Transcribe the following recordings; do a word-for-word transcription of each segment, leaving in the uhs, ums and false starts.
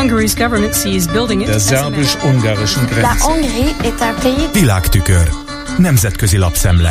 der szerbus-ungarischen Grenze. Világtükör. Nemzetközi lapszemle.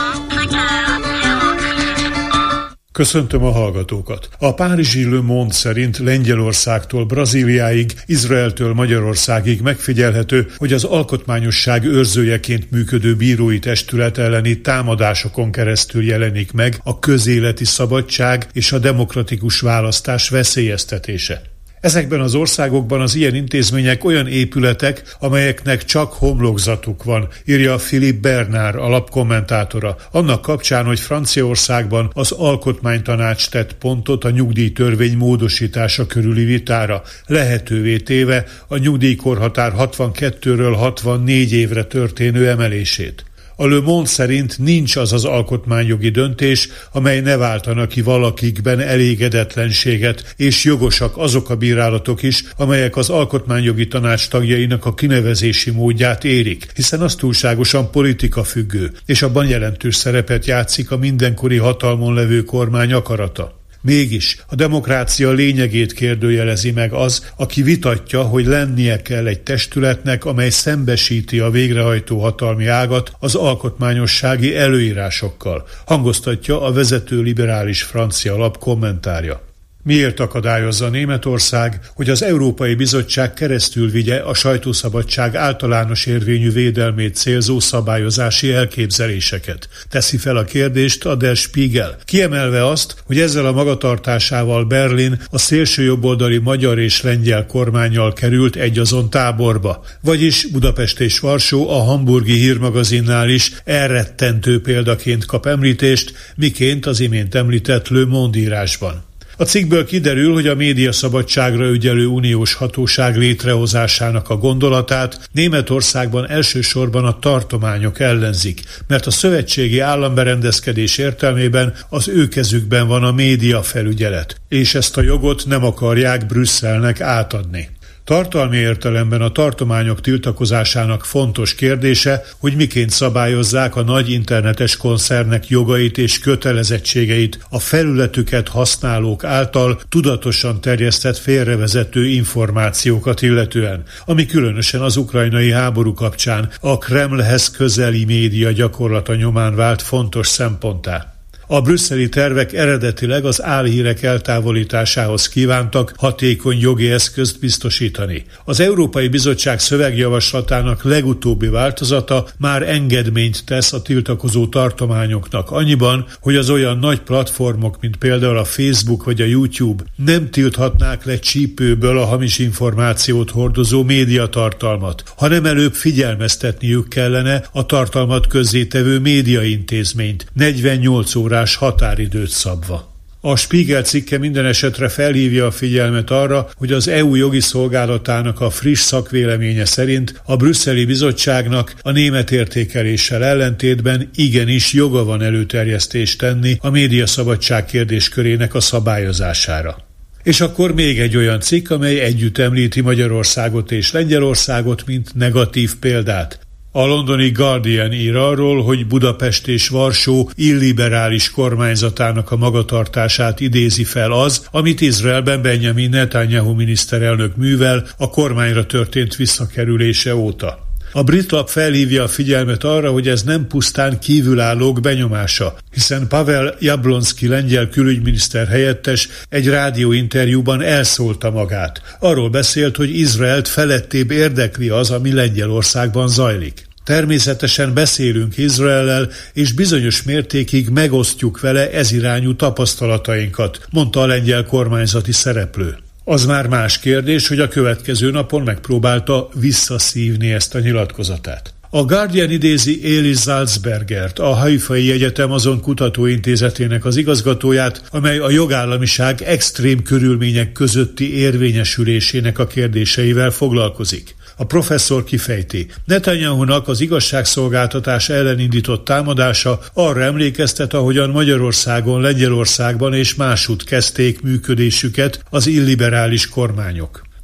Köszöntöm a hallgatókat! A párizsi Le Monde szerint Lengyelországtól Brazíliáig, Izraeltől Magyarországig megfigyelhető, hogy az alkotmányosság őrzőjeként működő bírói testület elleni támadásokon keresztül jelenik meg a közéleti szabadság és a demokratikus választás veszélyeztetése. Ezekben az országokban az ilyen intézmények olyan épületek, amelyeknek csak homlokzatuk van, írja Philippe Bernard, a lap kommentátora, annak kapcsán, hogy Franciaországban az alkotmánytanács tett pontot a nyugdíjtörvény módosítása körüli vitára, lehetővé téve a nyugdíjkorhatár hatvankettőről hatvannégy évre történő emelését. A Le Monde szerint nincs az az alkotmányjogi döntés, amely ne váltana ki valakikben elégedetlenséget, és jogosak azok a bírálatok is, amelyek az alkotmányjogi tanács tagjainak a kinevezési módját érik, hiszen az túlságosan politikafüggő, és abban jelentős szerepet játszik a mindenkori hatalmon levő kormány akarata. Mégis a demokrácia lényegét kérdőjelezi meg az, aki vitatja, hogy lennie kell egy testületnek, amely szembesíti a végrehajtó hatalmi ágat az alkotmányossági előírásokkal, hangoztatja a vezető liberális francia lap kommentárja. Miért akadályozza Németország, hogy az Európai Bizottság keresztül vigye a sajtószabadság általános érvényű védelmét célzó szabályozási elképzeléseket? Teszi fel a kérdést a Der Spiegel, kiemelve azt, hogy ezzel a magatartásával Berlin a szélsőjobboldali magyar és lengyel kormánnyal került egyazon táborba, vagyis Budapest és Varsó a hamburgi hírmagazinnál is elrettentő példaként kap említést, miként az imént említett Le Monde írásban. A cikkből kiderül, hogy a médiaszabadságra ügyelő uniós hatóság létrehozásának a gondolatát Németországban elsősorban a tartományok ellenzik, mert a szövetségi államberendezkedés értelmében az ő kezükben van a médiafelügyelet, és ezt a jogot nem akarják Brüsszelnek átadni. Tartalmi értelemben a tartományok tiltakozásának fontos kérdése, hogy miként szabályozzák a nagy internetes koncernek jogait és kötelezettségeit a felületüket használók által tudatosan terjesztett félrevezető információkat illetően, ami különösen az ukrajnai háború kapcsán a Kremlhez közeli média gyakorlata nyomán vált fontos szemponttá. A brüsszeli tervek eredetileg az álhírek eltávolításához kívántak hatékony jogi eszközt biztosítani. Az Európai Bizottság szövegjavaslatának legutóbbi változata már engedményt tesz a tiltakozó tartományoknak annyiban, hogy az olyan nagy platformok, mint például a Facebook vagy a YouTube nem tilthatnák le csípőből a hamis információt hordozó médiatartalmat, hanem előbb figyelmeztetniük kellene a tartalmat közzétevő médiaintézményt negyvennyolc órás határidőt szabva. A Spiegel cikke minden esetre felhívja a figyelmet arra, hogy az é u jogi szolgálatának a friss szakvéleménye szerint a brüsszeli bizottságnak a német értékeléssel ellentétben igenis joga van előterjesztést tenni a médiaszabadság kérdéskörének a szabályozására. És akkor még egy olyan cikk, amely együtt említi Magyarországot és Lengyelországot, mint negatív példát. A londoni Guardian ír arról, hogy Budapest és Varsó illiberális kormányzatának a magatartását idézi fel az, amit Izraelben Benjamin Netanyahu miniszterelnök művel a kormányra történt visszakerülése óta. A brit lap felhívja a figyelmet arra, hogy ez nem pusztán kívülállók benyomása, hiszen Pavel Jablonski lengyel külügyminiszter helyettes egy rádióinterjúban elszólta magát. Arról beszélt, hogy Izraelt felettébb érdekli az, ami Lengyelországban zajlik. Természetesen beszélünk Izraellel, és bizonyos mértékig megosztjuk vele ezirányú tapasztalatainkat, mondta a lengyel kormányzati szereplő. Az már más kérdés, hogy a következő napon megpróbálta visszaszívni ezt a nyilatkozatát. A Guardian idézi Elis Salzbergert, a Haifai Egyetem azon kutatóintézetének az igazgatóját, amely a jogállamiság extrém körülmények közötti érvényesülésének a kérdéseivel foglalkozik. A professzor kifejti, Netanyahunak az igazságszolgáltatás ellen indított támadása arra emlékeztet, ahogyan Magyarországon, Lengyelországban és másút kezdték működésüket az illiberális kormányok.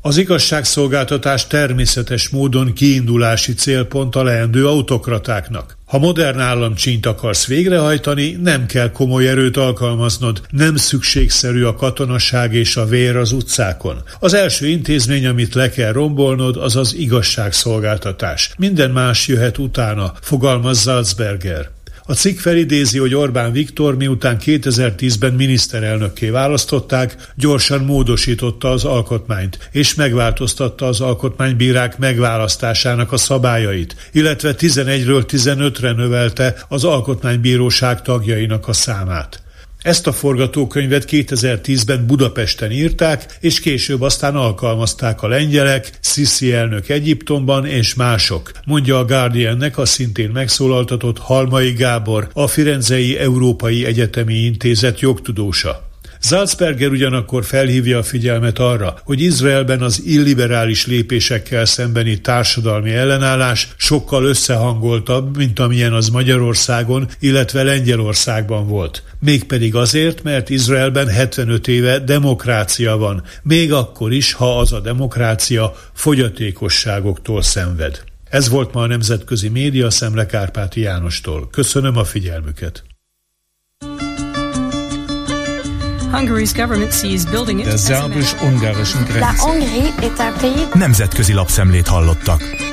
Az igazságszolgáltatás természetes módon kiindulási célpont a leendő autokratáknak. Ha modern államcsínyt akarsz végrehajtani, nem kell komoly erőt alkalmaznod, nem szükségszerű a katonaság és a vér az utcákon. Az első intézmény, amit le kell rombolnod, az az igazságszolgáltatás. Minden más jöhet utána, fogalmaz Sulzberger. A cikk felidézi, hogy Orbán Viktor miután kétezer-tízben miniszterelnökké választották, gyorsan módosította az alkotmányt, és megváltoztatta az alkotmánybírák megválasztásának a szabályait, illetve tizenegyről tizenötre növelte az alkotmánybíróság tagjainak a számát. Ezt a forgatókönyvet kétezer-tízben Budapesten írták, és később aztán alkalmazták a lengyelek, Sziszi elnök Egyiptomban és mások, mondja a Guardiannek a szintén megszólaltatott Halmai Gábor, a Firenzei Európai Egyetemi Intézet jogtudósa. Sulzberger ugyanakkor felhívja a figyelmet arra, hogy Izraelben az illiberális lépésekkel szembeni társadalmi ellenállás sokkal összehangoltabb, mint amilyen az Magyarországon, illetve Lengyelországban volt. Mégpedig azért, mert Izraelben hetvenöt éve demokrácia van, még akkor is, ha az a demokrácia fogyatékosságoktól szenved. Ez volt ma a Nemzetközi Média Szemle Kárpáti Jánostól. Köszönöm a figyelmüket! Der szerbus-ungarischen Grenze. Nemzetközi lapszemlét hallottak.